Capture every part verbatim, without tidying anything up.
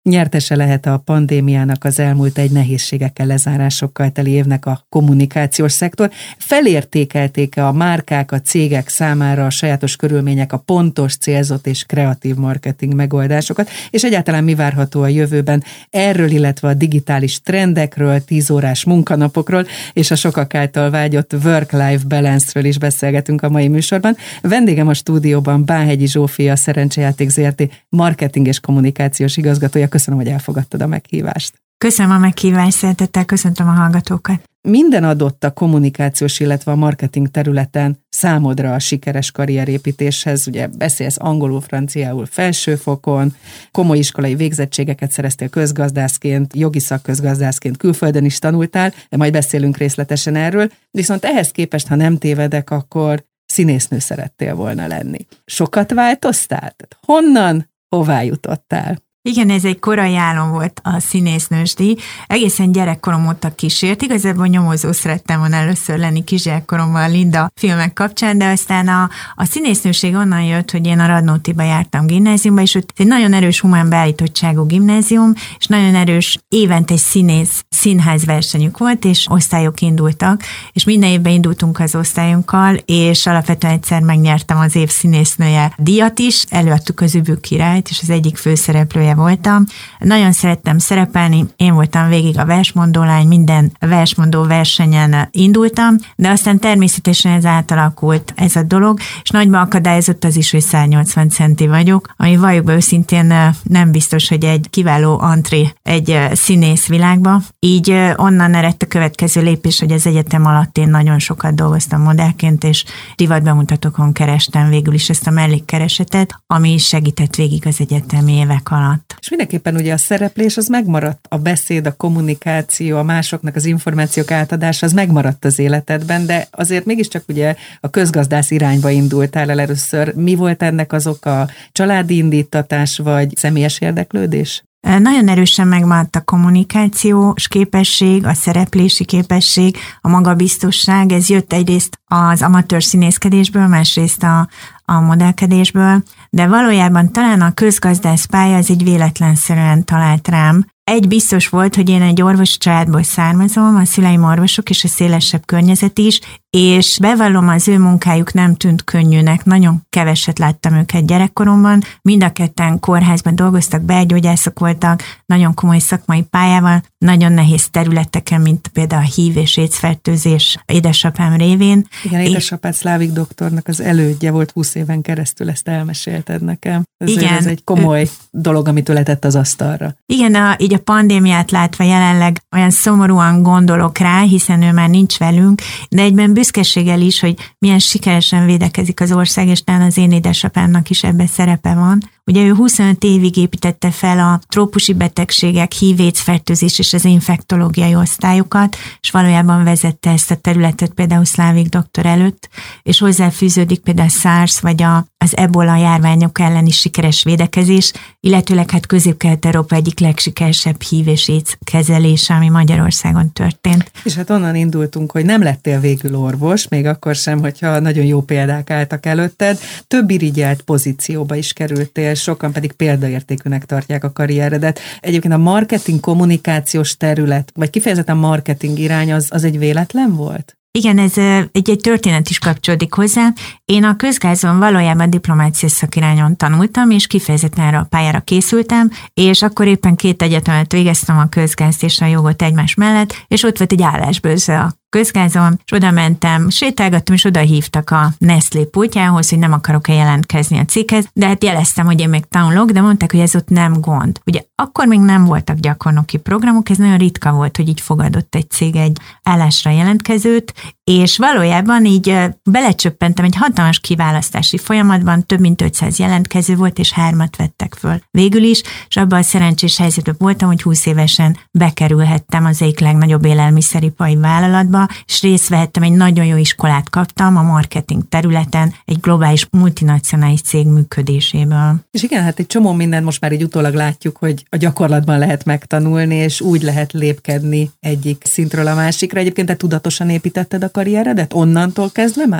Nyertese lehet a pandémiának az elmúlt egy nehézségekkel, lezárásokkal teli évnek a kommunikációs szektor. Felértékelték-e a márkák, a cégek számára a sajátos körülmények, a pontos, célzott és kreatív marketing megoldásokat, és egyáltalán mi várható a jövőben erről, illetve a digitális trendekről, tíz órás munkanapokról, és a sokak által vágyott work-life balance-ről is beszélgetünk a mai műsorban. Vendégem a stúdióban Bánhegyi Zsófia, a Szerencsejáték Zrt. Marketing és kommunikációs igazgatója. Köszönöm, hogy elfogadtad a meghívást. Köszönöm a meghívást, szeretettel köszöntöm a hallgatókat. Minden adott a kommunikációs, illetve a marketing területen számodra a sikeres karrierépítéshez. Ugye beszélsz angolul, franciául felsőfokon, komoly iskolai végzettségeket szereztél közgazdászként, jogi szakközgazdászként, külföldön is tanultál, de majd beszélünk részletesen erről. Viszont ehhez képest, ha nem tévedek, akkor színésznő szerettél volna lenni. Sokat változtál? Tehát honnan, hová jutottál? Igen, ez egy korai álom volt a színésznősdíj. Egészen gyerekkorom óta kísért. Igazából nyomozó szerettem volna először lenni kisgyerekkoromban a Linda filmek kapcsán, de aztán a, a színésznőség onnan jött, hogy én a Radnótiba jártam gimnáziumba, és ott egy nagyon erős humán beállítottságú gimnázium, és nagyon erős évente egy színész színház versenyük volt, és osztályok indultak, és minden évben indultunk az osztályunkkal, és alapvetően egyszer megnyertem az év színésznője díjat is, előadtuk az Üvő királyt, és az egyik főszereplője voltam. Nagyon szerettem szerepelni, én voltam végig a versmondó lány, minden versmondó versenyen indultam, de aztán természetesen ez átalakult ez a dolog, és nagyban akadályozott az is, hogy száz nyolcvan centi vagyok, ami valljuk be őszintén nem biztos, hogy egy kiváló antré egy színész világba. Így onnan eredt a következő lépés, hogy az egyetem alatt én nagyon sokat dolgoztam modellként, és divatbemutatókon kerestem végül is ezt a mellékkeresetet, ami segített végig az egyetemi évek alatt. És mindenképpen ugye a szereplés az megmaradt, a beszéd, a kommunikáció, a másoknak az információk átadása az megmaradt az életedben, de azért mégiscsak ugye a közgazdász irányba indultál el először. Mi volt ennek az oka? Családi indítatás vagy személyes érdeklődés? Nagyon erősen megmaradt a kommunikációs képesség, a szereplési képesség, a magabiztosság. Ez jött egyrészt az amatőr színészkedésből, másrészt a, a modellkedésből, de valójában talán a közgazdász pálya az egy véletlenszerűen talált rám. Egy biztos volt, hogy én egy orvosi családból származom, a szüleim orvosok és a szélesebb környezet is, és bevallom, az ő munkájuk nem tűnt könnyűnek, nagyon keveset láttam őket gyerekkoromban, mind a ketten kórházban dolgoztak, belgyógyászok voltak, nagyon komoly szakmai pályával, nagyon nehéz területeken, mint például a hív és édszfertőzés édesapám révén. Igen, édesapád Szlávik doktornak az elődje volt húsz éven keresztül, ezt elmesélted nekem. Ez, igen, ez egy komoly ő... dolog, amit ő letett az asztalra. Igen, a, így a pandémiát látva jelenleg olyan szomorúan gondolok rá, hiszen ő már nincs velünk, de egyben büszkeséggel is, hogy milyen sikeresen védekezik az ország, és talán az én édesapámnak is ebben szerepe van. Ugye ő huszonöt évig építette fel a trópusi betegségek, hív, édszfertőzés és az infektológiai osztályokat, és valójában vezette ezt a területet például Szlávik doktor előtt, és hozzáfűződik például a SARS vagy a, az ebola járványok elleni sikeres védekezés, illetőleg hát Közép-Kelet-Európa egyik legsikeresebb hív és édsz kezelése, ami Magyarországon történt. És hát onnan indultunk, hogy nem lettél végül orvos, még akkor sem, hogyha nagyon jó példák álltak előtted, több irigyelt pozícióba is kerültél, sokan pedig példaértékűnek tartják a karrieredet. Egyébként a marketing kommunikációs terület, vagy kifejezetten marketing irány, az, az egy véletlen volt? Igen, ez egy, egy történet is kapcsolódik hozzá. Én a közgázon valójában diplomáciás szakirányon tanultam, és kifejezetten erre a pályára készültem, és akkor éppen két egyetemet végeztem, a közgázt és a jogot egymás mellett, és ott volt egy állásbőrze a közgázon, és oda mentem, sétálgattam, és oda hívtak a Nestlé pultjához, hogy nem akarok-e jelentkezni a cikkhez, de hát jeleztem, hogy én még tanulok, de mondták, hogy ez ott nem gond. Ugye akkor még nem voltak gyakornoki programok, ez nagyon ritka volt, hogy így fogadott egy cég egy állásra jelentkezőt, és valójában így belecsöppentem egy hatalmas kiválasztási folyamatban, több mint ötszáz jelentkező volt, és hármat vettek föl végül is, és abban a szerencsés helyzetben voltam, hogy húsz évesen bekerülhettem az egyik legnagyobb élelmiszeripari vállalatba, és részt vehettem, egy nagyon jó iskolát kaptam a marketing területen, egy globális multinacionális cég működéséből. És igen, hát egy csomó mindent most már így utólag látjuk, hogy a gyakorlatban lehet megtanulni, és úgy lehet lépkedni egyik szintről a másikra. Egyébként te tudatosan építetted a karrieredet? Onnantól kezdve már?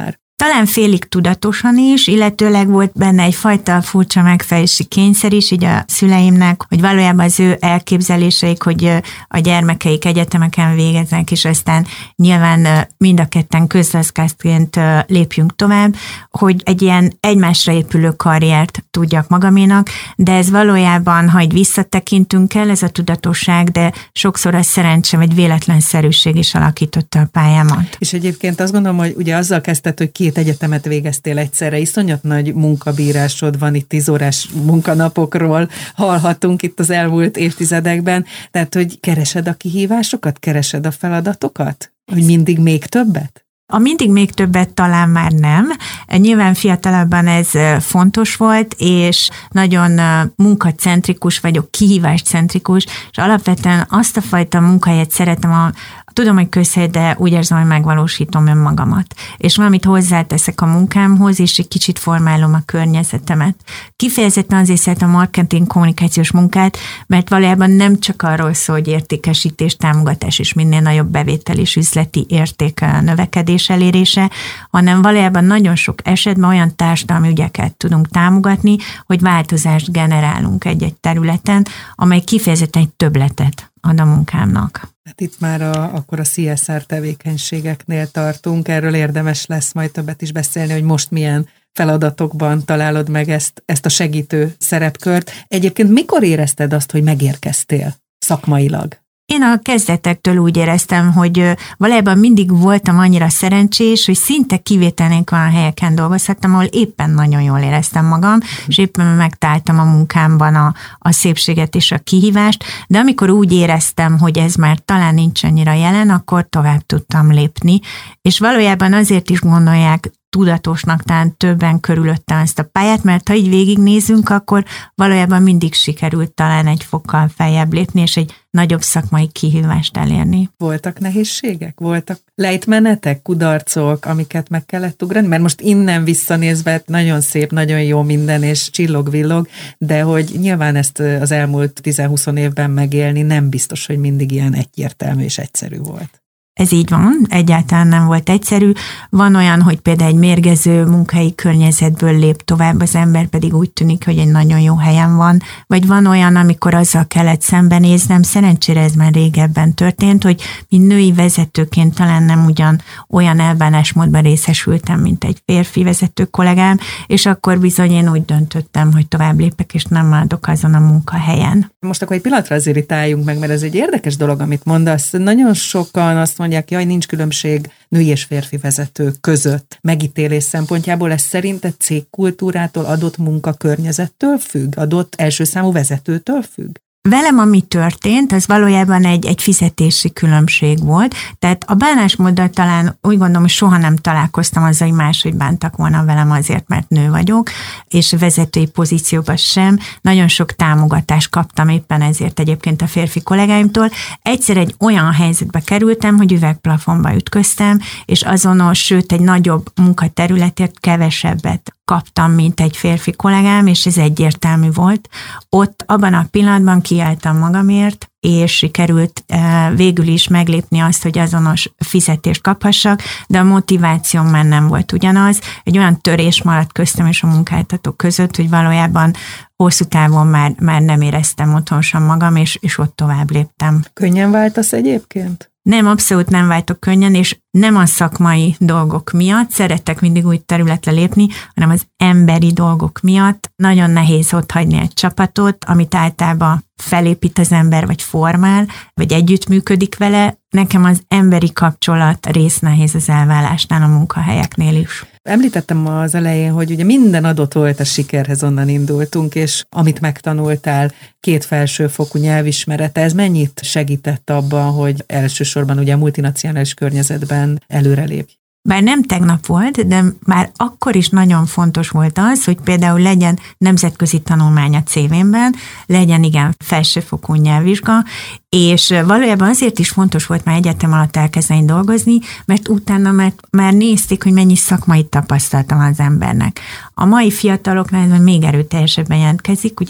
talán félig tudatosan is, illetőleg volt benne egyfajta furcsa megfelelési kényszer is, így a szüleimnek, hogy valójában az ő elképzeléseik, hogy a gyermekeik egyetemeken végeznek, és aztán nyilván mind a ketten közgazdászként lépjünk tovább, hogy egy ilyen egymásra épülő karriert tudjak magaménak, de ez valójában, ha egy visszatekintünk el, ez a tudatosság, de sokszor a szerencse vagy véletlenszerűség is alakította a pályámat. És egyébként azt gondolom, hogy ugye azzal kezdted, hogy két egyetemet végeztél egyszerre, iszonyat nagy munkabírásod van, itt tíz órás munkanapokról hallhatunk itt az elmúlt évtizedekben, tehát hogy keresed a kihívásokat, keresed a feladatokat? Hogy mindig még többet? A mindig még többet talán már nem. Nyilván fiatalabban ez fontos volt, és nagyon munkacentrikus vagyok, kihíváscentrikus, és alapvetően azt a fajta munkahelyet szeretem, a tudom, hogy közhely, de úgy érzem, hogy megvalósítom önmagamat. És valamit hozzáteszek a munkámhoz, és egy kicsit formálom a környezetemet. Kifejezetten azért szeretem a marketing kommunikációs munkát, mert valójában nem csak arról szól, hogy értékesítés, támogatás és minél nagyobb bevétel és üzleti érték növekedés elérése, hanem valójában nagyon sok esetben olyan társadalmi ügyeket tudunk támogatni, hogy változást generálunk egy-egy területen, amely kifejezetten egy többletet ad a munkámnak. Hát itt már a, akkor a cé es er tevékenységeknél tartunk, erről érdemes lesz majd többet is beszélni, hogy most milyen feladatokban találod meg ezt, ezt a segítő szerepkört. Egyébként mikor érezted azt, hogy megérkeztél szakmailag? Én a kezdetektől úgy éreztem, hogy valójában mindig voltam annyira szerencsés, hogy szinte kivétel nélkül olyan helyeken dolgozhattam, ahol éppen nagyon jól éreztem magam, és éppen megtaláltam a munkámban a, a szépséget és a kihívást, de amikor úgy éreztem, hogy ez már talán nincs annyira jelen, akkor tovább tudtam lépni, és valójában azért is gondolják tudatosnak talán többen körülöttem ezt a pályát, mert ha így végignézünk, akkor valójában mindig sikerült talán egy fokkal feljebb lépni, és egy nagyobb szakmai kihívást elérni. Voltak nehézségek? Voltak lejtmenetek, kudarcok, amiket meg kellett ugrani? Mert most innen visszanézve nagyon szép, nagyon jó minden, és csillog-villog, de hogy nyilván ezt az elmúlt tíz-húsz évben megélni nem biztos, hogy mindig ilyen egyértelmű és egyszerű volt. Ez így van, egyáltalán nem volt egyszerű. Van olyan, hogy például egy mérgező munkahelyi környezetből lép tovább, az ember pedig úgy tűnik, hogy egy nagyon jó helyen van, vagy van olyan, amikor azzal kellett szembenéznem, szerencsére ez már régebben történt, hogy mint női vezetőként talán nem ugyan olyan elbánásmódban részesültem, mint egy férfi vezető kollégám, és akkor bizony én úgy döntöttem, hogy tovább lépek, és nem maradok azon a munkahelyen. Most akkor egy pillanatra azért itt álljunk meg, mert ez egy érdekes dolog, amit mondasz. Nagyon sokan azt mondják, jaj, nincs különbség női és férfi vezetők között megítélés szempontjából. Ez szerinted cégkultúrától, adott munkakörnyezettől függ? Adott elsőszámú vezetőtől függ? Velem, ami történt, az valójában egy, egy fizetési különbség volt, tehát a bánásmóddal talán úgy gondolom, hogy soha nem találkoztam azzal, hogy máshogy bántak volna velem azért, mert nő vagyok, és vezetői pozícióban sem. Nagyon sok támogatást kaptam éppen ezért egyébként a férfi kollégáimtól. Egyszer egy olyan helyzetbe kerültem, hogy üvegplafonba ütköztem, és azonos, sőt egy nagyobb munkaterületért kevesebbet kaptam, mint egy férfi kollégám, és ez egyértelmű volt. Ott abban a pillanatban kiálltam magamért, és sikerült végül is meglépni azt, hogy azonos fizetést kaphassak, de a motivációm már nem volt ugyanaz. Egy olyan törés maradt köztem és a munkáltatók között, hogy valójában hosszú távon már, már nem éreztem otthonosan magam, és, és ott tovább léptem. Könnyen váltasz egyébként? Nem, abszolút nem váltok könnyen, és nem a szakmai dolgok miatt szeretek mindig új területre lépni, hanem az emberi dolgok miatt. Nagyon nehéz ott hagyni egy csapatot, amit általában felépít az ember, vagy formál, vagy együttműködik vele. Nekem az emberi kapcsolat rész nehéz az elválásnál, a munkahelyeknél is. Említettem az elején, hogy ugye minden adott volt a sikerhez, onnan indultunk, és amit megtanultál, két felsőfokú nyelvismerete, ez mennyit segített abban, hogy elsősorban ugye a multinacionális környezetben előrelépj? Bár nem tegnap volt, de már akkor is nagyon fontos volt az, hogy például legyen nemzetközi tanulmány a cé vé-mben, legyen igen felsőfokú nyelvvizsga, és valójában azért is fontos volt már egyetem alatt elkezdeni dolgozni, mert utána már, már nézték, hogy mennyi szakmai tapasztalata van az embernek. A mai fiataloknál ez még erőteljesebben jelentkezik, ugye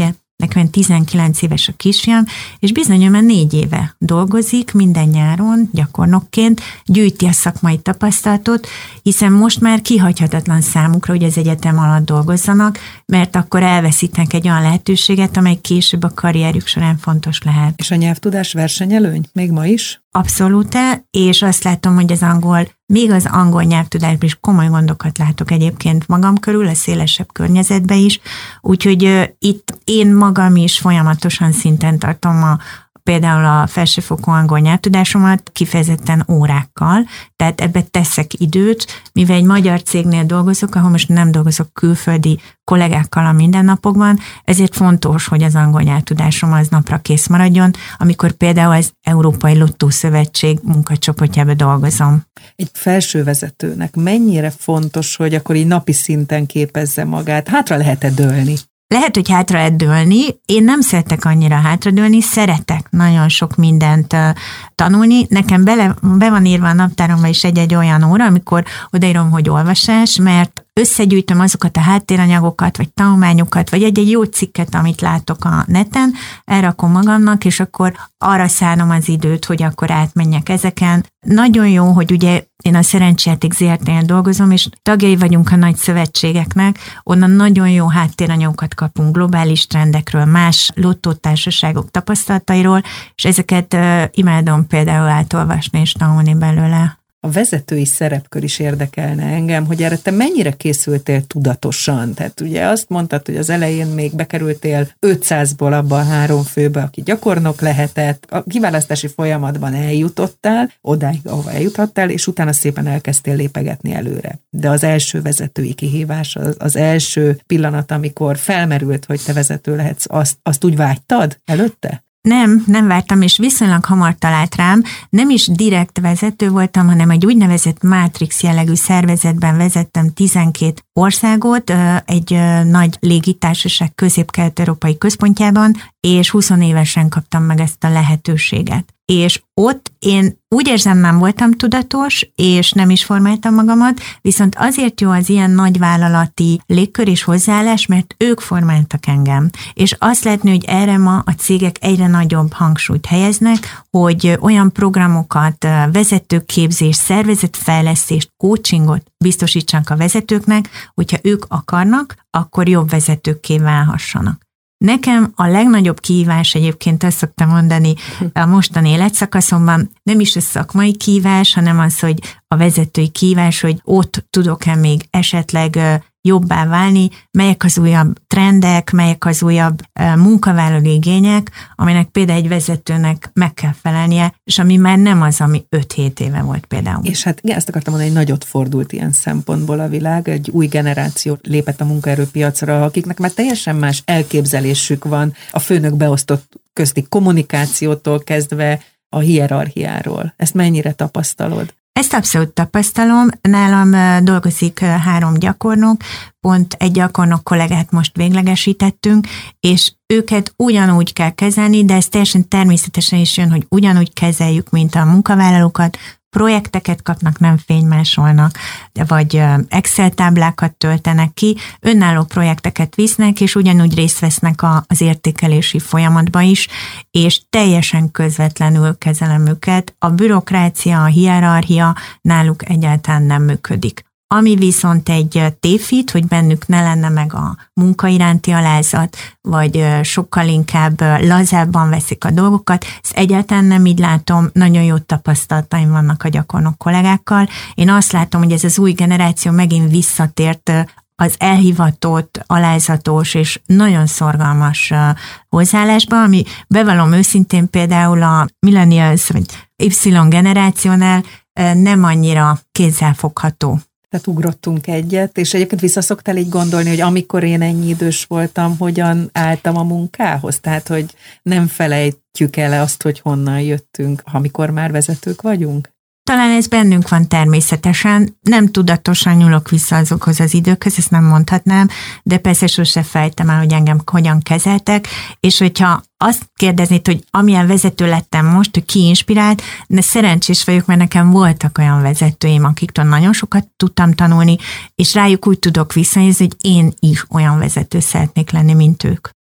nekem tizenkilenc éves a kisfiam, és bizony már négy éve dolgozik minden nyáron gyakornokként, gyűjti a szakmai tapasztalatot, hiszen most már kihagyhatatlan számukra, hogy az egyetem alatt dolgozzanak, mert akkor elveszítenek egy olyan lehetőséget, amely később a karrierjük során fontos lehet. És a nyelvtudás versenyelőny? Még ma is? Abszolút, és azt látom, hogy az angol, még az angol nyelvtudásban is komoly gondokat látok egyébként magam körül, a szélesebb környezetben is, úgyhogy uh, itt én magam is folyamatosan szinten tartom a például a felsőfokú angol nyelvtudásomat kifejezetten órákkal, tehát ebbe teszek időt, mivel egy magyar cégnél dolgozok, ahol most nem dolgozok külföldi kollégákkal a mindennapokban, ezért fontos, hogy az angol nyelvtudásom az napra kész maradjon, amikor például az Európai Lottó Szövetség munkacsoportjában dolgozom. Egy felsővezetőnek mennyire fontos, hogy akkor így napi szinten képezze magát? Hátra lehet-e dőlni? Lehet, hogy hátra lehet dőlni. Én nem szeretek annyira hátradőlni, szeretek nagyon sok mindent uh, tanulni. Nekem bele, be van írva a naptáromba is egy-egy olyan óra, amikor odaírom, hogy olvasás, mert összegyűjtöm azokat a háttéranyagokat, vagy tanulmányokat, vagy egy-egy jó cikket, amit látok a neten, elrakom magamnak, és akkor arra szánom az időt, hogy akkor átmenjek ezeken. Nagyon jó, hogy ugye én a Szerencsejáték zé er té-nél dolgozom, és tagjai vagyunk a nagy szövetségeknek, onnan nagyon jó háttéranyagokat kapunk globális trendekről, más lottótársaságok tapasztalatairól, és ezeket uh, imádom például átolvasni és tanulni belőle. A vezetői szerepkör is érdekelne engem, hogy erre te mennyire készültél tudatosan? Tehát ugye azt mondtad, hogy az elején még bekerültél ötszázból abba a három főbe, aki gyakornok lehetett, a kiválasztási folyamatban eljutottál, odáig, ahova eljuthattál, és utána szépen elkezdtél lépegetni előre. De az első vezetői kihívás, az, az első pillanat, amikor felmerült, hogy te vezető lehetsz, azt, azt úgy vágytad előtte? Nem, nem vártam, és viszonylag hamar talált rám. Nem is direkt vezető voltam, hanem egy úgynevezett Matrix jellegű szervezetben vezettem tizenkét országot, egy nagy légitársaság közép-kelet-európai központjában, és húsz évesen kaptam meg ezt a lehetőséget. És ott én úgy érzem, nem voltam tudatos, és nem is formáltam magamat, viszont azért jó az ilyen nagyvállalati légkör és hozzáállás, mert ők formáltak engem. És azt látni, hogy erre ma a cégek egyre nagyobb hangsúlyt helyeznek, hogy olyan programokat, vezetőképzés, szervezetfejlesztést, coachingot biztosítsanak a vezetőknek, hogyha ők akarnak, akkor jobb vezetőkké válhassanak. Nekem a legnagyobb kihívás egyébként, azt szoktam mondani a mostani életszakaszomban, nem is a szakmai kihívás, hanem az, hogy a vezetői kihívás, hogy ott tudok-e még esetleg jobbá válni, melyek az újabb trendek, melyek az újabb munkavállaló igények, aminek például egy vezetőnek meg kell felelnie, és ami már nem az, ami öt-hét éve volt például. És hát igen, ezt akartam mondani, hogy nagyot fordult ilyen szempontból a világ, egy új generáció lépett a munkaerőpiacra, akiknek már teljesen más elképzelésük van a főnök beosztott közti kommunikációtól kezdve a hierarchiáról. Ezt mennyire tapasztalod? Ezt abszolút tapasztalom. Nálam dolgozik három gyakornok, pont egy gyakornok kollégát most véglegesítettünk, és őket ugyanúgy kell kezelni, de ez teljesen természetesen is jön, hogy ugyanúgy kezeljük, mint a munkavállalókat, projekteket kapnak, nem fénymásolnak, vagy Excel táblákat töltenek ki, önálló projekteket visznek, és ugyanúgy részt vesznek az értékelési folyamatban is, és teljesen közvetlenül kezelem őket. A bürokrácia, a hierarchia náluk egyáltalán nem működik. Ami viszont egy tévhit, hogy bennük ne lenne meg a munka iránti alázat, vagy sokkal inkább lazábban veszik a dolgokat, ezt egyáltalán nem így látom, nagyon jó tapasztalataim vannak a gyakornok kollégákkal. Én azt látom, hogy ez az új generáció megint visszatért az elhivatott, alázatos és nagyon szorgalmas hozzáállásba, ami bevallom őszintén például a millennials vagy Y generációnál nem annyira kézzelfogható. Tehát ugrottunk egyet, és egyébként visszaszoktál így gondolni, hogy amikor én ennyi idős voltam, hogyan álltam a munkához? Tehát, hogy nem felejtjük el azt, hogy honnan jöttünk, amikor már vezetők vagyunk? Talán ez bennünk van természetesen, nem tudatosan nyúlok vissza azokhoz az időkhöz, ezt nem mondhatnám, de persze sose fejtem el, hogy engem hogyan kezeltek, és hogyha azt kérdeznéd, hogy amilyen vezető lettem most, hogy ki inspirált, de szerencsés vagyok, mert nekem voltak olyan vezetőim, akiktől nagyon sokat tudtam tanulni, és rájuk úgy tudok visszanézni, hogy én is olyan vezető szeretnék lenni, mint ők.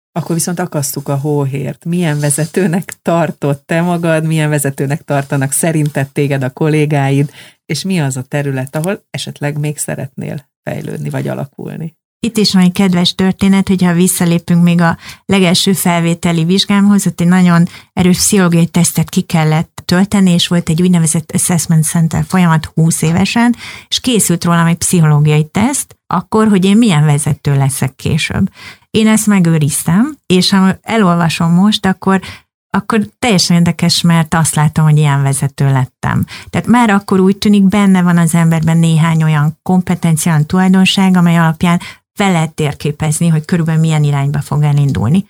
Akkor viszont akasztuk a hóhért. Milyen vezetőnek tartott te magad, milyen vezetőnek tartanak szerinted téged a kollégáid, és mi az a terület, ahol esetleg még szeretnél fejlődni vagy alakulni? Itt is van egy kedves történet, hogyha visszalépünk még a legelső felvételi vizsgámhoz, ott egy nagyon erős pszichológiai tesztet ki kellett tölteni, és volt egy úgynevezett Assessment Center folyamat húsz évesen, és készült rólam egy pszichológiai teszt, akkor, hogy én milyen vezető leszek később. Én ezt megőriztem, és ha elolvasom most, akkor akkor teljesen érdekes, mert azt látom, hogy ilyen vezető lettem. Tehát már akkor úgy tűnik, benne van az emberben néhány olyan kompetencia, olyan tulajdonság, amely alapján fel lehet térképezni, hogy körülbelül milyen irányba fog elindulni.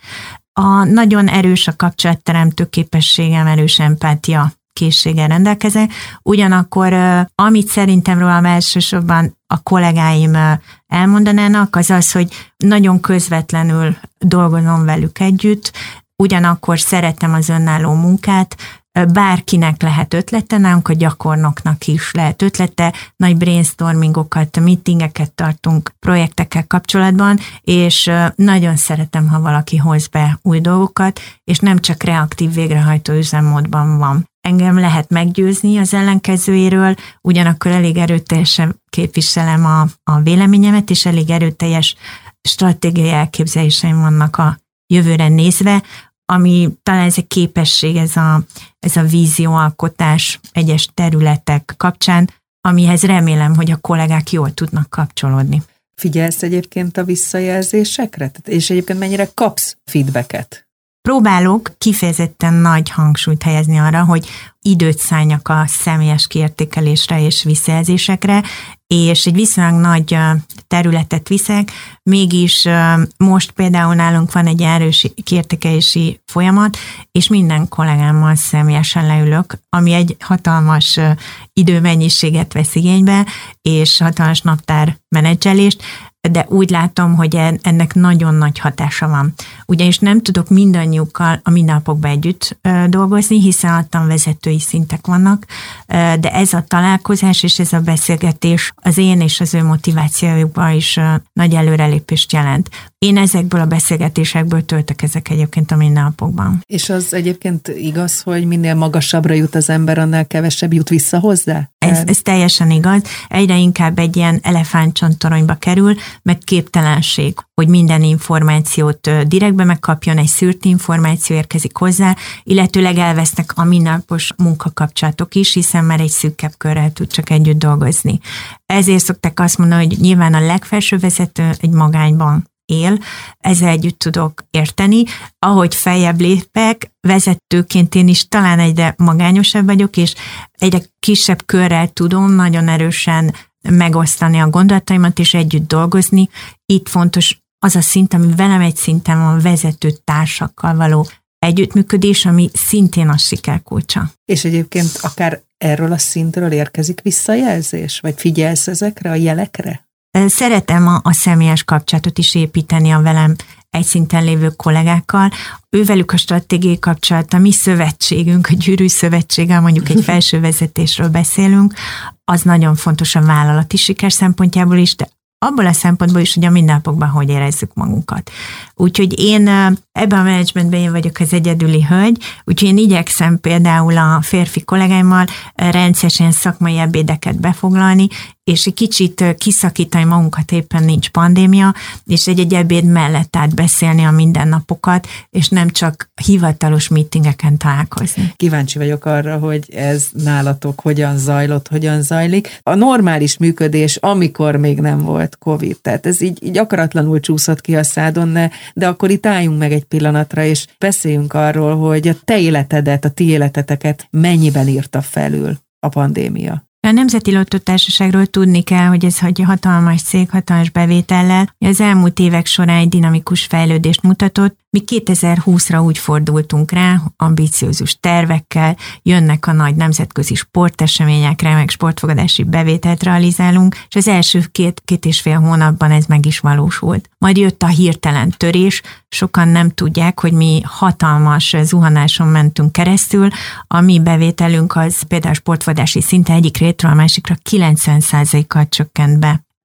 A nagyon erős a kapcsolatteremtő képességem, erős empátia készséggel rendelkezek, ugyanakkor amit szerintem rólam elsősorban a kollégáim elmondanának, az az, hogy nagyon közvetlenül dolgozom velük együtt, ugyanakkor szeretem az önálló munkát, bárkinek lehet ötlete, nálunk a gyakornoknak is lehet ötlete, nagy brainstormingokat, meetingeket tartunk projektekkel kapcsolatban, és nagyon szeretem, ha valaki hoz be új dolgokat, és nem csak reaktív végrehajtó üzemmódban van. Engem lehet meggyőzni az ellenkezőjéről, ugyanakkor elég erőteljesen képviselem a, a véleményemet, és elég erőteljes stratégiai elképzeléseim vannak a jövőre nézve, ami talán ez egy képesség, ez a, ez a vízióalkotás egyes területek kapcsán, amihez remélem, hogy a kollégák jól tudnak kapcsolódni. Figyelsz egyébként a visszajelzésekre? És egyébként mennyire kapsz feedbacket? Próbálok kifejezetten nagy hangsúlyt helyezni arra, hogy időt szálljak a személyes kiértékelésre és visszajelzésekre, és egy viszonylag nagy területet viszek, mégis most például nálunk van egy erős kiértékelési folyamat, és minden kollégámmal személyesen leülök, ami egy hatalmas időmennyiséget vesz igénybe, és hatalmas naptár menedzselést, de úgy látom, hogy ennek nagyon nagy hatása van. Ugyanis nem tudok mindannyiukkal a mindennapokban együtt dolgozni, hiszen a tanvezetői szintek vannak, de ez a találkozás és ez a beszélgetés az én és az ő motivációjukban is nagy előrelépést jelent. Én ezekből a beszélgetésekből töltök ezek egyébként a mindennapokban. És az egyébként igaz, hogy minél magasabbra jut az ember, annál kevesebb jut vissza hozzá? Ez, ez teljesen igaz. Egyre inkább egy ilyen elefántcsontoronyba kerül, meg képtelenség, hogy minden információt direktbe megkapjon, egy szűrt információ érkezik hozzá, illetőleg elvesznek a mindennapos munkakapcsolatok is, hiszen már egy szűkebb körrel tud csak együtt dolgozni. Ezért szokták azt mondani, hogy nyilván a legfelső vezető egy magányban él, ezzel együtt tudok érteni. Ahogy feljebb lépek, vezetőként én is talán egyre magányosabb vagyok, és egyre kisebb körrel tudom nagyon erősen megosztani a gondolataimat, és együtt dolgozni. Itt fontos az a szint, ami velem egy szinten van, vezető társakkal való együttműködés, ami szintén a siker kulcsa. És egyébként akár erről a szintről érkezik visszajelzés? Vagy figyelsz ezekre a jelekre? Szeretem a, a személyes kapcsolatot is építeni a velem egy szinten lévő kollégákkal. Ővelük a stratégiai kapcsolat, a mi szövetségünk, a Gyűrű Szövetséggel, mondjuk egy felső vezetésről beszélünk, az nagyon fontos a vállalati siker szempontjából is, de abból a szempontból is, hogy a mindennapokban hogy érezzük magunkat. Úgyhogy én ebben a menedzsmentben én vagyok az egyedüli hölgy, úgyhogy én igyekszem például a férfi kollégáimmal rendszeresen szakmai ebédeket befoglalni, és egy kicsit kiszakítani magunkat, éppen nincs pandémia, és egy-egy ebéd mellett átbeszélni a mindennapokat, és nem csak hivatalos meetingeken találkozni. Kíváncsi vagyok arra, hogy ez nálatok hogyan zajlott, hogyan zajlik. A normális működés, amikor még nem volt Covid, tehát ez így, így akaratlanul csúszott ki a szádon, de akkor itt álljunk meg egy pillanatra, és beszéljünk arról, hogy a te életedet, a ti életeteket mennyiben írta felül a pandémia. A Nemzeti Lottó Társaságról tudni kell, hogy ez egy hatalmas cég, hatalmas bevétellel. Az elmúlt évek során egy dinamikus fejlődést mutatott. Mi kétezer-húszra úgy fordultunk rá, ambiciózus tervekkel, jönnek a nagy nemzetközi sporteseményekre, meg sportfogadási bevételt realizálunk, és az első két, két és fél hónapban ez meg is valósult. Majd jött a hirtelen törés, sokan nem tudják, hogy mi hatalmas zuhanáson mentünk keresztül, a mi bevételünk az például sportfogadási szinten egyik rétről a másikra kilencven százalékkal csökkent be.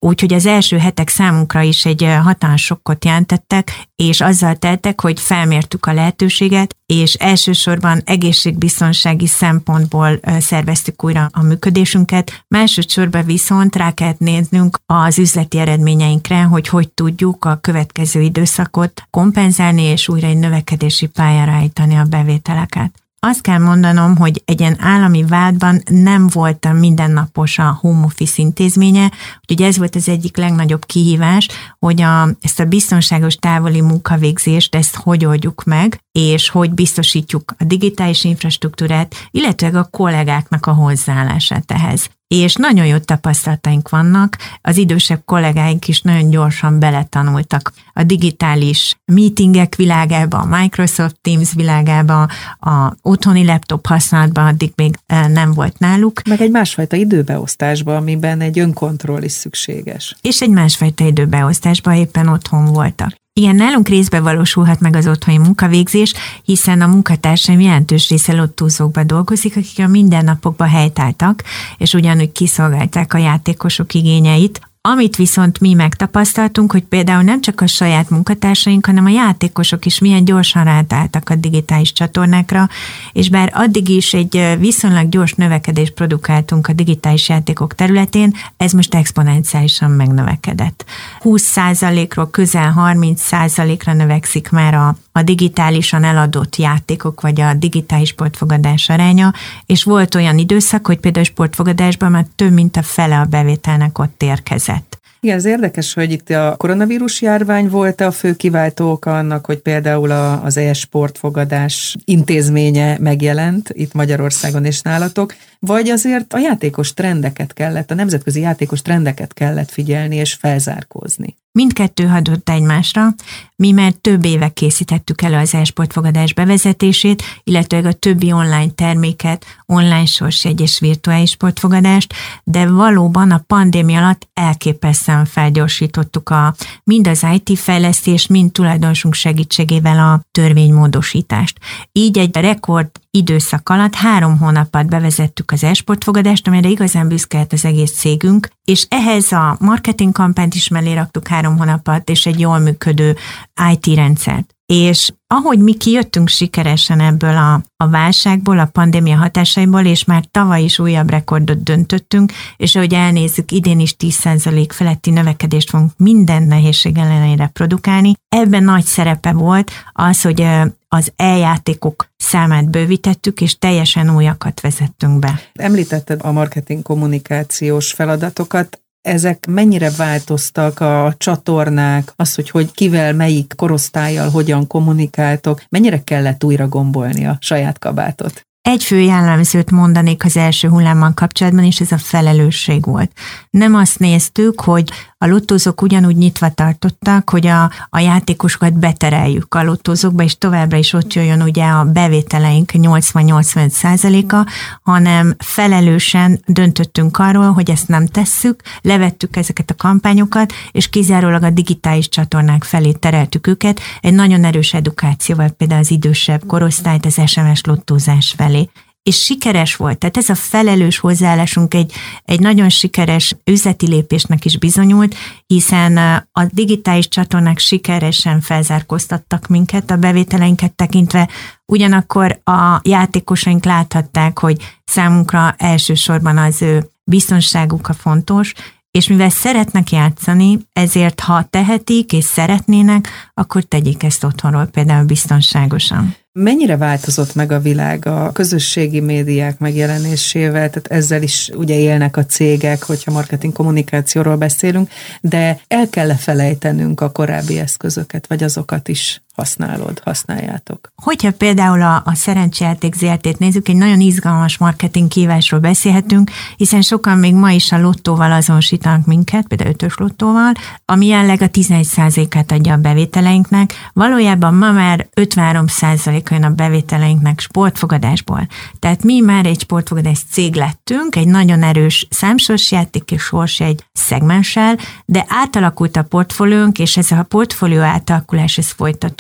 úgyhogy az első hetek számunkra is egy hatalmas sokkot jelentettek, és azzal teltek, hogy felmértük a lehetőséget, és elsősorban egészségbiztonsági szempontból szerveztük újra a működésünket, másodszorban viszont rá kellett néznünk az üzleti eredményeinkre, hogy hogy tudjuk a következő időszakot kompenzálni, és újra egy növekedési pályára állítani a bevételeket. Azt kell mondanom, hogy egy ilyen állami vádban nem volt mindennapos a home office intézménye, úgyhogy ez volt az egyik legnagyobb kihívás, hogy a, ezt a biztonságos távoli munkavégzést, ezt hogy oldjuk meg, és hogy biztosítjuk a digitális infrastruktúrát, illetve a kollégáknak a hozzáállását ehhez. És nagyon jó tapasztalataink vannak, az idősebb kollégáink is nagyon gyorsan beletanultak a digitális meetingek világába, a Microsoft Teams világába, a otthoni laptop használatban addig még nem volt náluk. Meg egy másfajta időbeosztásban, amiben egy önkontroll is szükséges. És egy másfajta időbeosztásban éppen otthon voltak. Igen, nálunk részben valósulhat meg az otthoni munkavégzés, hiszen a munkatársaim jelentős része lottózókban dolgozik, akik a mindennapokban helytáltak, és ugyanúgy kiszolgálták a játékosok igényeit. Amit viszont mi megtapasztaltunk, hogy például nem csak a saját munkatársaink, hanem a játékosok is milyen gyorsan rátálltak a digitális csatornákra, és bár addig is egy viszonylag gyors növekedést produkáltunk a digitális játékok területén, ez most exponenciálisan megnövekedett. húsz százalékról közel harminc százalékra növekszik már a, a digitálisan eladott játékok, vagy a digitális sportfogadás aránya, és volt olyan időszak, hogy például sportfogadásban már több mint a fele a bevételnek ott érkezett. Igen, ez érdekes, hogy itt a koronavírus járvány volt a fő kiváltó oka annak, hogy például a, az e-sportfogadás intézménye megjelent itt Magyarországon és nálatok, vagy azért a játékos trendeket kellett, a nemzetközi játékos trendeket kellett figyelni és felzárkózni. Mindkettő hadott egymásra. Mi már több éve készítettük elő az e-sportfogadás bevezetését, illetve a többi online terméket, online sorsjegy és virtuális sportfogadást, de valóban a pandémia alatt elképesztően felgyorsítottuk a, mind az i té fejlesztést, mind tulajdonosunk segítségével a törvénymódosítást. Így egy rekord időszak alatt három hónapot bevezettük az e-sportfogadást, amelyre igazán büszke lett az egész cégünk, és ehhez a marketing kampányt is mellé raktuk három hónapot, és egy jól működő i té rendszert. És ahogy mi kijöttünk sikeresen ebből a, a válságból, a pandémia hatásaiból, és már tavaly is újabb rekordot döntöttünk, és ahogy elnézzük, idén is tíz százalék feletti növekedést fogunk minden nehézség ellenére produkálni. Ebben nagy szerepe volt az, hogy az e-játékok számát bővítettük, és teljesen újakat vezettünk be. Említetted a marketing kommunikációs feladatokat. Ezek mennyire változtak a csatornák, az, hogy, hogy kivel, melyik korosztállyal hogyan kommunikáltok, mennyire kellett újra gombolni a saját kabátot? Egy fő jellemzőt mondanék az első hullámmal kapcsolatban, és ez a felelősség volt. Nem azt néztük, hogy a lottózók ugyanúgy nyitva tartottak, hogy a, a játékosokat betereljük a lottózókba, és továbbra is ott jöjjön ugye a bevételeink nyolcvan-nyolcvanöt százaléka, hanem felelősen döntöttünk arról, hogy ezt nem tesszük, levettük ezeket a kampányokat, és kizárólag a digitális csatornák felé tereltük őket, egy nagyon erős edukációval, például az idősebb korosztályt az es em es lottózás felé. És sikeres volt. Tehát ez a felelős hozzáállásunk egy, egy nagyon sikeres üzleti lépésnek is bizonyult, hiszen a digitális csatornák sikeresen felzárkóztattak minket, a bevételeinket tekintve, ugyanakkor a játékosaink láthatták, hogy számunkra elsősorban az ő biztonságuk a fontos, és mivel szeretnek játszani, ezért ha tehetik és szeretnének, akkor tegyék ezt otthonról például biztonságosan. Mennyire változott meg a világ a közösségi médiák megjelenésével, tehát ezzel is ugye élnek a cégek, hogyha marketing kommunikációról beszélünk, de el kell felejtenünk a korábbi eszközöket, vagy azokat is használod, használjátok? Hogyha például a, a Szerencsejáték zé er té-t nézzük, egy nagyon izgalmas marketing kihívásról beszélhetünk, hiszen sokan még ma is a lottóval azonosítanak minket, például ötös lottóval, ami jelenleg a tizenegy százalékát adja a bevételeinknek. Valójában ma már ötvenhárom százalék jön a bevételeinknek sportfogadásból. Tehát mi már egy sportfogadás cég lettünk, egy nagyon erős számsorsjáték és sorsjegy szegmenssel, de átalakult a portfóliónk, és ez a portfólió átalakulás ez folytatódik.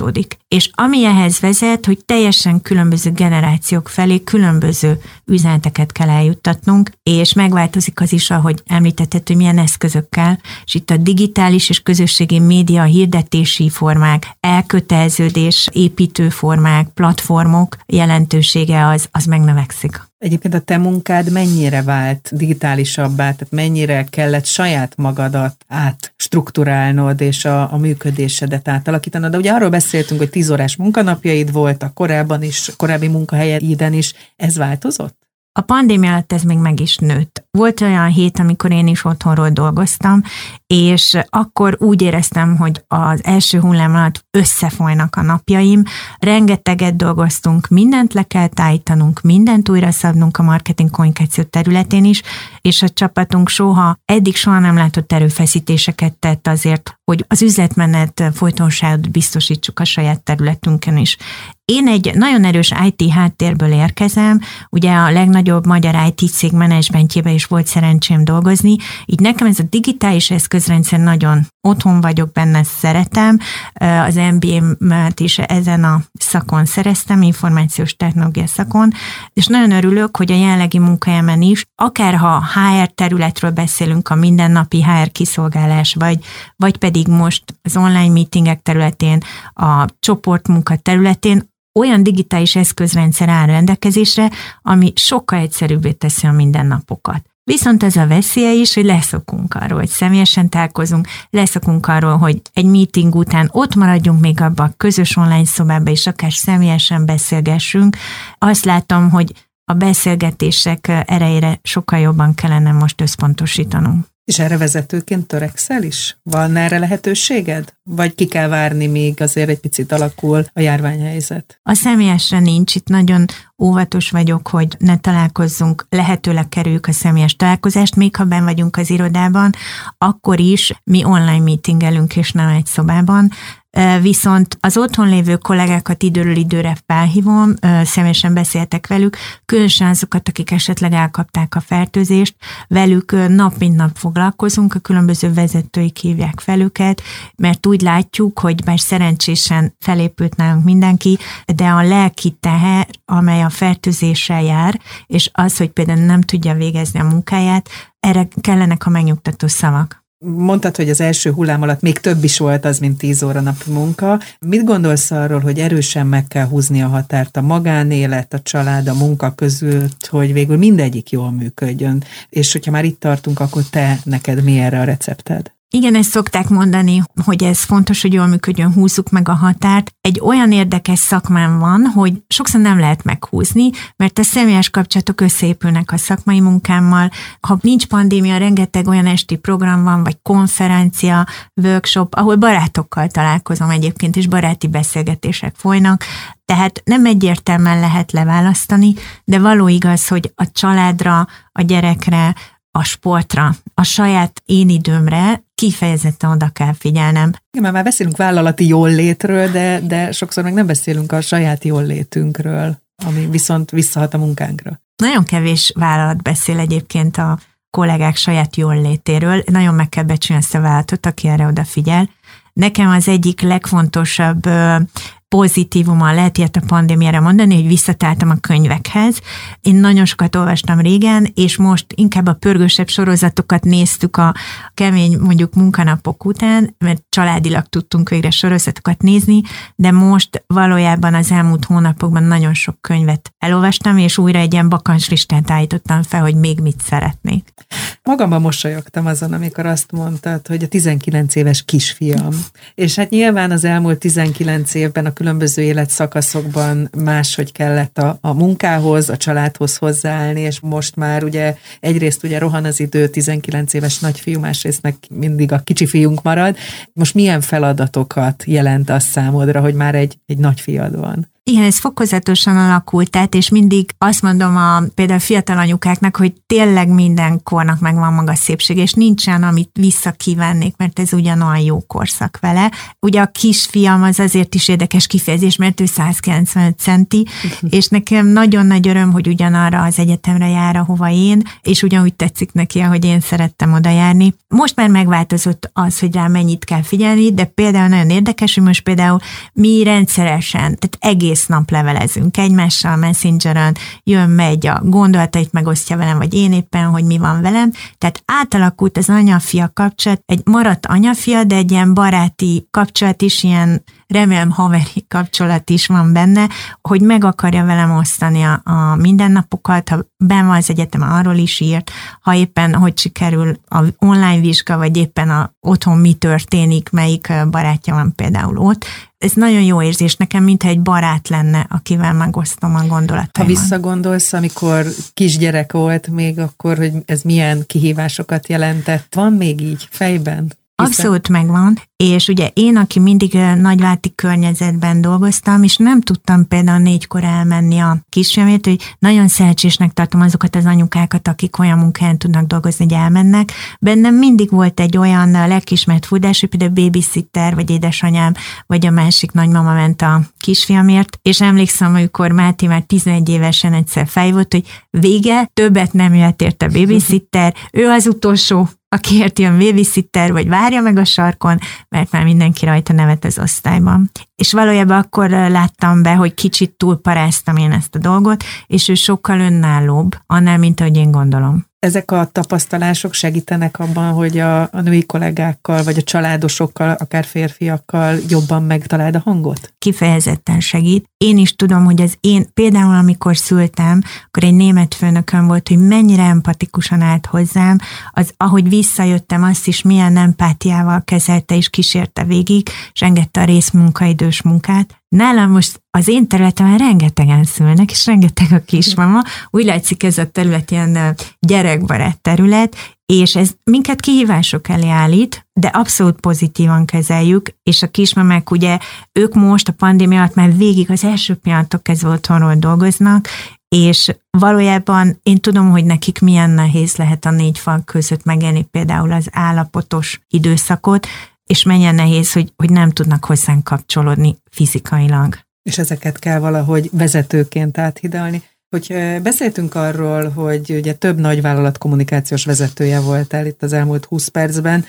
folytatódik. És ami ehhez vezet, hogy teljesen különböző generációk felé különböző üzeneteket kell eljuttatnunk, és megváltozik az is, ahogy említetted, hogy milyen eszközökkel, és itt a digitális és közösségi média, hirdetési formák, elköteleződés, építő formák, platformok jelentősége az, az megnövekszik. Egyébként a te munkád mennyire vált digitálisabbá, tehát mennyire kellett saját magadat átstruktúrálnod és a, a működésedet átalakítanod. De ugye arról beszéltünk, hogy tíz órás munkanapjaid voltak korábban is, korábbi munkahelyeiden is. Ez változott? A pandémia alatt ez még meg is nőtt. Volt olyan hét, amikor én is otthonról dolgoztam, és akkor úgy éreztem, hogy az első hullám alatt összefolynak a napjaim. Rengeteget dolgoztunk, mindent le kell tájtanunk, mindent újra szabnunk a marketing kommunikáció területén is, és a csapatunk soha, eddig soha nem látott erőfeszítéseket tett azért, hogy az üzletmenet folytonságot biztosítsuk a saját területünkön is. Én egy nagyon erős i té háttérből érkezem, ugye a legnagyobb magyar i té cég menedzsmentjében is volt szerencsém dolgozni, így nekem ez a digitális eszközrendszer nagyon otthon vagyok benne, szeretem, az em bé á-met is ezen a szakon szereztem, információs technológia szakon, és nagyon örülök, hogy a jelenlegi munkahelyemen is, akár ha há er területről beszélünk, a mindennapi há er kiszolgálás, vagy, vagy pedig most az online meetingek területén, a csoportmunka területén, olyan digitális eszközrendszer áll rendelkezésre, ami sokkal egyszerűbbé teszi a mindennapokat. Viszont ez a veszélye is, hogy leszokunk arról, hogy személyesen találkozunk, leszokunk arról, hogy egy meeting után ott maradjunk még abban a közös online szobában, és akár személyesen beszélgessünk. Azt látom, hogy a beszélgetések erejére sokkal jobban kellene most összpontosítanunk. És erre vezetőként törekszel is? Van erre lehetőséged? Vagy ki kell várni, még azért egy picit alakul a járványhelyzet? A személyesre nincs, itt nagyon óvatos vagyok, hogy ne találkozzunk, lehetőleg kerüljük a személyes találkozást, még ha benn vagyunk az irodában, akkor is mi online meetingelünk, és nem egy szobában. Viszont az otthon lévő kollégákat időről időre felhívom, személyesen beszéltek velük, különösen azokat, akik esetleg elkapták a fertőzést, velük nap mint nap foglalkozunk, a különböző vezetőik hívják fel őket, mert úgy látjuk, hogy bár szerencsésen felépült nálunk mindenki, de a lelki teher, amely a fertőzéssel jár, és az, hogy például nem tudja végezni a munkáját, erre kellenek a megnyugtató szavak. Mondtad, hogy az első hullám alatt még több is volt az, mint tíz óra napi munka. Mit gondolsz arról, hogy erősen meg kell húzni a határt a magánélet, a család, a munka között, hogy végül mindegyik jól működjön? És hogyha már itt tartunk, akkor te, neked mi erre a recepted? Igen, ezt szokták mondani, hogy ez fontos, hogy jól működjön, húzzuk meg a határt. Egy olyan érdekes szakmám van, hogy sokszor nem lehet meghúzni, mert a személyes kapcsolatok összeépülnek a szakmai munkámmal. Ha nincs pandémia, rengeteg olyan esti program van, vagy konferencia, workshop, ahol barátokkal találkozom egyébként, és baráti beszélgetések folynak. Tehát nem egyértelműen lehet leválasztani, de való igaz, hogy a családra, a gyerekre, a sportra, a saját én időmre kifejezetten oda kell figyelnem. Igen, már beszélünk vállalati jóllétről, de, de sokszor meg nem beszélünk a saját jóllétünkről, ami viszont visszahat a munkánkra. Nagyon kevés vállalat beszél egyébként a kollégák saját jóllétéről. Nagyon meg kell becsülni ezt a vállalatot, aki erre odafigyel. Nekem az egyik legfontosabb pozitívuma lehet ilyet a pandémiára mondani, hogy visszatáltam a könyvekhez. Én nagyon sokat olvastam régen, és most inkább a pörgősebb sorozatokat néztük a kemény mondjuk munkanapok után, mert családilag tudtunk végre sorozatokat nézni, de most valójában az elmúlt hónapokban nagyon sok könyvet elolvastam, és újra egy ilyen bakancslistát állítottam fel, hogy még mit szeretnék. Magamban mosolyogtam azon, amikor azt mondtad, hogy a tizenkilenc éves kisfiam. És hát nyilván az elmúlt tizenkilenc évben a különböző életszakaszokban máshogy kellett a, a munkához, a családhoz hozzáállni, és most már ugye egyrészt ugye rohan az idő, tizenkilenc éves nagyfiú, másrészt meg mindig a kicsi fiunk marad. Most milyen feladatokat jelent az számodra, hogy már egy, egy nagyfiad van? Igen, ez fokozatosan alakult, tehát és mindig azt mondom a például fiatal anyukáknak, hogy tényleg minden kornak megvan maga szépség, és nincsen, amit visszakívánnék, mert ez ugyanolyan jó korszak vele. Ugye a kisfiam az azért is érdekes kifejezés, mert ő száz kilencvenöt centi, és nekem nagyon nagy öröm, hogy ugyanarra az egyetemre jár, ahova én, és ugyanúgy tetszik neki, ahogy én szerettem oda járni. Most már megváltozott az, hogy rá mennyit kell figyelni, de például nagyon érdekes, hogy most például mi rendszeresen, tehát egész nap levelezünk egymással, Messengeren, jön, megy a gondolatait, megosztja velem, vagy én éppen, hogy mi van velem. Tehát átalakult az anya-fia kapcsolat, egy maradt anya-fia, de egy ilyen baráti kapcsolat is, ilyen remélem haveri kapcsolat is van benne, hogy meg akarja velem osztani a, a mindennapokat, ha benn van az egyetemen, arról is írt, ha éppen hogy sikerül a online vizsga, vagy éppen a otthon mi történik, melyik barátja van például ott. Ez nagyon jó érzés nekem, mintha egy barát lenne, akivel megosztom a gondolataimat. Ha visszagondolsz, amikor kisgyerek volt még, akkor, hogy ez milyen kihívásokat jelentett, van még így fejben? Hiszen... Abszolút megvan, és ugye én, aki mindig nagyváti környezetben dolgoztam, és nem tudtam például négykor elmenni a kisfiamért, hogy nagyon szerencsésnek tartom azokat az anyukákat, akik olyan munkáján tudnak dolgozni, hogy elmennek. Bennem mindig volt egy olyan lelkiismert furdás, hogy például babysitter, vagy édesanyám, vagy a másik nagymama ment a kisfiamért, és emlékszem, amikor Máté már tizenegy évesen egyszer fejvott, hogy vége, többet nem jött érte babysitter, ő az utolsó, akiért jön babysitter, vagy várja meg a sarkon, mert már mindenki rajta nevet az osztályban. És valójában akkor láttam be, hogy kicsit túlparáztam én ezt a dolgot, és ő sokkal önállóbb, annál, mint ahogy én gondolom. Ezek a tapasztalások segítenek abban, hogy a, a női kollégákkal, vagy a családosokkal, akár férfiakkal jobban megtaláld a hangot? Kifejezetten segít. Én is tudom, hogy az én, például amikor szültem, akkor egy német főnököm volt, hogy mennyire empatikusan állt hozzám, az, ahogy visszajöttem, azt is milyen empátiával kezelte és kísérte végig, és engedte a részmunkaidős munkát. Nálam most az én területemen rengetegen szülnek, és rengeteg a kismama. Úgy látszik, ez a terület ilyen gyerekbarát terület, és ez minket kihívások elé állít, de abszolút pozitívan kezeljük, és a kismamák ugye, ők most a pandémia alatt már végig az első pillanatok kezdve otthonról dolgoznak, és valójában én tudom, hogy nekik milyen nehéz lehet a négy fal között megélni például az állapotos időszakot, és mennyien nehéz, hogy, hogy nem tudnak hozzánk kapcsolódni fizikailag. És ezeket kell valahogy vezetőként áthidalni. Hogy beszéltünk arról, hogy ugye több nagyvállalat kommunikációs vezetője voltál itt az elmúlt húsz percben,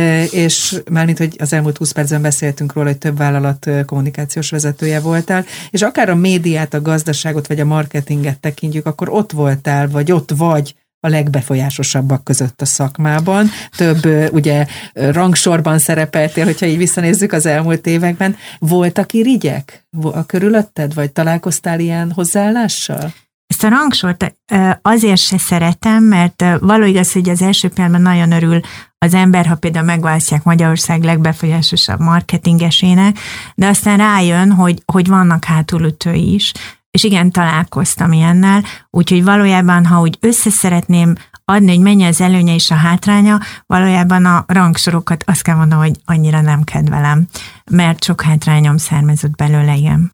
és mármint, hogy az elmúlt húsz percben beszéltünk róla, hogy több vállalat kommunikációs vezetője voltál, és akár a médiát, a gazdaságot, vagy a marketinget tekintjük, akkor ott voltál, vagy ott vagy a legbefolyásosabbak között a szakmában. Több ugye rangsorban szerepeltél, hogyha így visszanézzük az elmúlt években. Voltak irigyek a körülötted, vagy találkoztál ilyen hozzáállással? Ezt a rangsort azért se szeretem, mert való igaz, hogy az első pillanatban nagyon örül az ember, ha például megválasztják Magyarország legbefolyásosabb marketingesének, de aztán rájön, hogy, hogy vannak hátulütői is. És igen, találkoztam ilyennel, úgyhogy valójában, ha úgy összeszeretném adni, hogy mennyi az előnye és a hátránya, valójában a rangsorokat azt kell mondanom, hogy annyira nem kedvelem, mert sok hátrányom származott belőle, igen.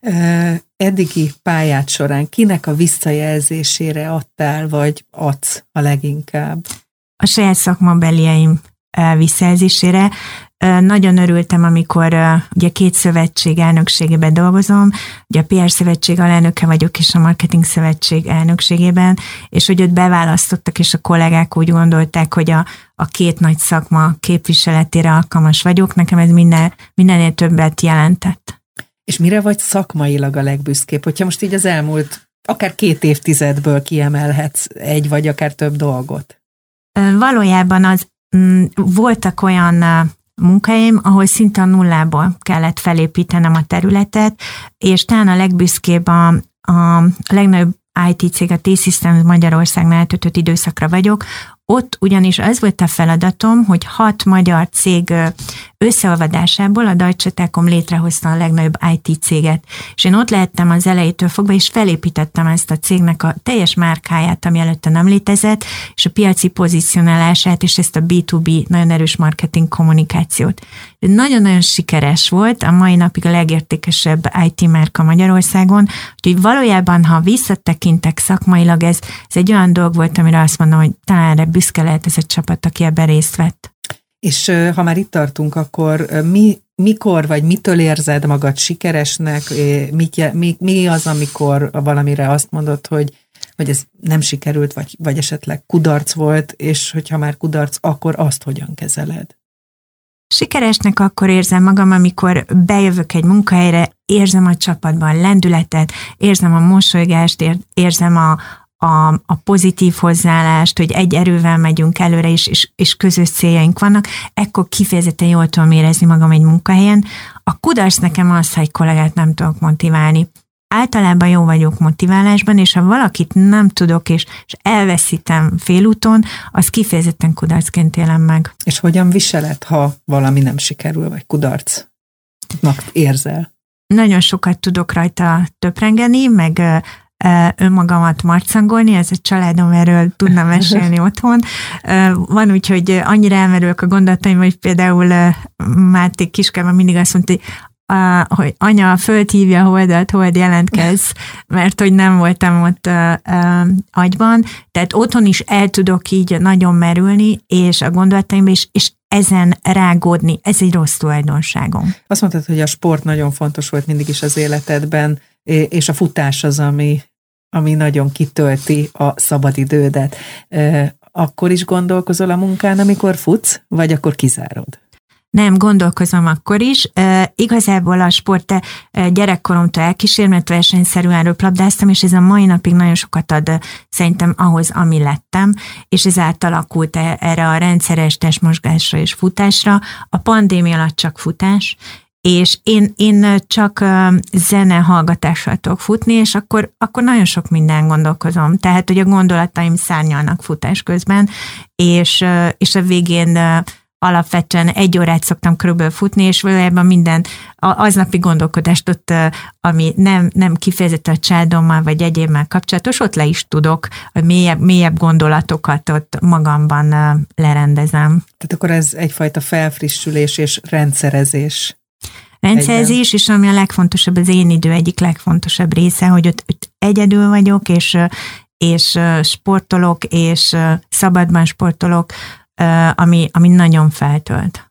Eddigi pályád során kinek a visszajelzésére adtál, vagy adsz a leginkább? A saját szakmabelieim visszajelzésére. Nagyon örültem, amikor ugye két szövetség elnökségében dolgozom, ugye a pé er szövetség alelnöke vagyok, és a marketing szövetség elnökségében, és hogy ott beválasztottak, és a kollégák úgy gondolták, hogy a, a két nagy szakma képviseletére alkalmas vagyok. Nekem ez minden, mindennél többet jelentett. És mire vagy szakmailag a legbüszkébb? Hogyha most így az elmúlt akár két évtizedből kiemelhetsz egy vagy akár több dolgot? Valójában az m, voltak olyan munkáim, ahol szinte a nullából kellett felépítenem a területet, és talán a legbüszkébb a, a legnagyobb i té cég, a T-Systems Magyarországnál eltöltött időszakra vagyok. Ott ugyanis az volt a feladatom, hogy hat magyar cég összeolvadásából a Deutsche Telekom létrehozta a legnagyobb i té céget, és én ott lehettem az elejétől fogva, és felépítettem ezt a cégnek a teljes márkáját, ami előtte nem létezett, és a piaci pozicionálását, és ezt a bé kettő bé nagyon erős marketing kommunikációt. Nagyon-nagyon sikeres volt, a mai napig a legértékesebb i té márka Magyarországon, úgyhogy valójában, ha visszatekintek szakmailag, ez, ez egy olyan dolog volt, amire azt mondom, hogy talán erre büszke lehet ez a csapat, aki ebben részt vett. És ha már itt tartunk, akkor mi, mikor vagy mitől érzed magad sikeresnek? Mit, mi, mi az, amikor valamire azt mondod, hogy, hogy ez nem sikerült, vagy, vagy esetleg kudarc volt, és hogyha már kudarc, akkor azt hogyan kezeled? Sikeresnek akkor érzem magam, amikor bejövök egy munkahelyre, érzem a csapatban lendületet, érzem a mosolygást, érzem a A, a pozitív hozzáállást, hogy egy erővel megyünk előre, és, és, és közös céljaink vannak, ekkor kifejezetten jól tudom érezni magam egy munkahelyen. A kudarc nekem az, ha egy kollégát nem tudok motiválni. Általában jó vagyok motiválásban, és ha valakit nem tudok, és, és elveszítem félúton, az kifejezetten kudarcként élem meg. És hogyan viseled, ha valami nem sikerül, vagy kudarcnak érzel? Nagyon sokat tudok rajta töprengeni, meg önmagamat marcangolni, ez a családom erről tudna mesélni otthon. Van úgy, hogy annyira elmerülök a gondolataim, hogy például Máté kiskában mindig azt mondta, hogy anya, föld hívja a holdat, hold jelentkezz, mert hogy nem voltam ott agyban. Tehát otthon is el tudok így nagyon merülni, és a gondolataimban is, és ezen rágódni, ez egy rossz tulajdonságom. Azt mondtad, hogy a sport nagyon fontos volt mindig is az életedben, és a futás az, ami, ami nagyon kitölti a szabadidődet. Akkor is gondolkozol a munkán, amikor futsz, vagy akkor kizárod? Nem, gondolkozom akkor is. E, igazából a sport e, gyerekkoromtól elkísér, mert versenyszerűen röplabdáztam, és ez a mai napig nagyon sokat ad szerintem ahhoz, ami lettem, és ez átalakult erre a rendszeres testmozgásra és futásra. A pandémia alatt csak futás, és én, én csak zene hallgatással tudok futni, és akkor, akkor nagyon sok minden gondolkozom. Tehát, hogy a gondolataim szárnyalnak futás közben, és, és a végén alapvetően egy órát szoktam körülbelül futni, és valójában minden aznapi gondolkodást ott, ami nem, nem kifejezetten a családommal vagy egyébbel kapcsolatos, ott le is tudok, a mélyebb, mélyebb gondolatokat ott magamban lerendezem. Tehát akkor ez egyfajta felfrissülés és rendszerezés. Rendszerzés, és ami a legfontosabb, az én idő egyik legfontosabb része, hogy ott, ott egyedül vagyok, és, és sportolok, és szabadban sportolok, ami, ami nagyon feltölt.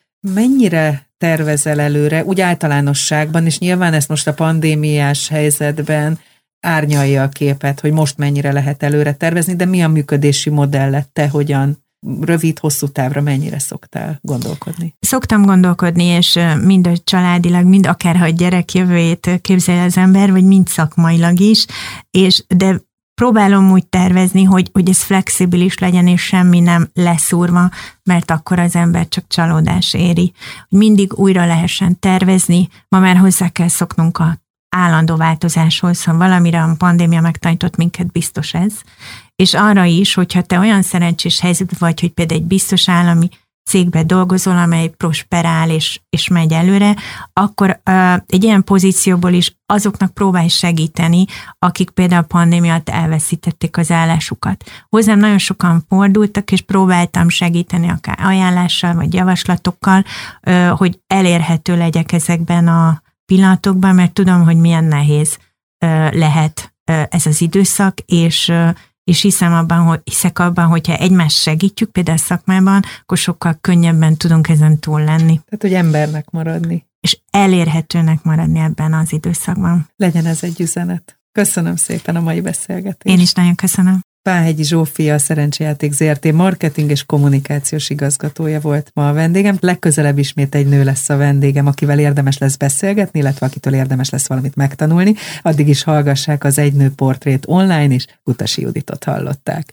Mennyire tervezel előre, úgy általánosságban, és nyilván ezt most a pandémiás helyzetben árnyalja a képet, hogy most mennyire lehet előre tervezni, de mi a működési modelled, te hogyan rövid, hosszú távra mennyire szoktál gondolkodni? Szoktam gondolkodni, és mind a családilag, mind akárha a gyerek jövőjét képzelje az ember, vagy mind szakmailag is, és de próbálom úgy tervezni, hogy, hogy ez flexibilis legyen, és semmi nem leszúrva, mert akkor az ember csak csalódás éri. Mindig újra lehessen tervezni, ma már hozzá kell szoknunk a állandó változáshoz, ha valamire a pandémia megtanított minket, biztos ez. És arra is, hogyha te olyan szerencsés helyzetben vagy, hogy például egy biztos állami cégbe dolgozol, amely prosperál és, és megy előre, akkor uh, egy ilyen pozícióból is azoknak próbálj segíteni, akik például a pandémia alatt elveszítették az állásukat. Hozzám nagyon sokan fordultak, és próbáltam segíteni akár ajánlással, vagy javaslatokkal, uh, hogy elérhető legyek ezekben a pillanatokban, mert tudom, hogy milyen nehéz uh, lehet uh, ez az időszak, és uh, és hiszem abban, hogy, hiszek abban, hogyha egymást segítjük, például szakmában, akkor sokkal könnyebben tudunk ezen túl lenni. Tehát, hogy embernek maradni. És elérhetőnek maradni ebben az időszakban. Legyen ez egy üzenet. Köszönöm szépen a mai beszélgetést. Én is nagyon köszönöm. Pálhegyi Zsófia, a Szerencsejáték zé er té marketing és kommunikációs igazgatója volt ma a vendégem. Legközelebb ismét egy nő lesz a vendégem, akivel érdemes lesz beszélgetni, illetve akitől érdemes lesz valamit megtanulni. Addig is hallgassák az Egy nő portrét online, és Kutasi Juditot hallották.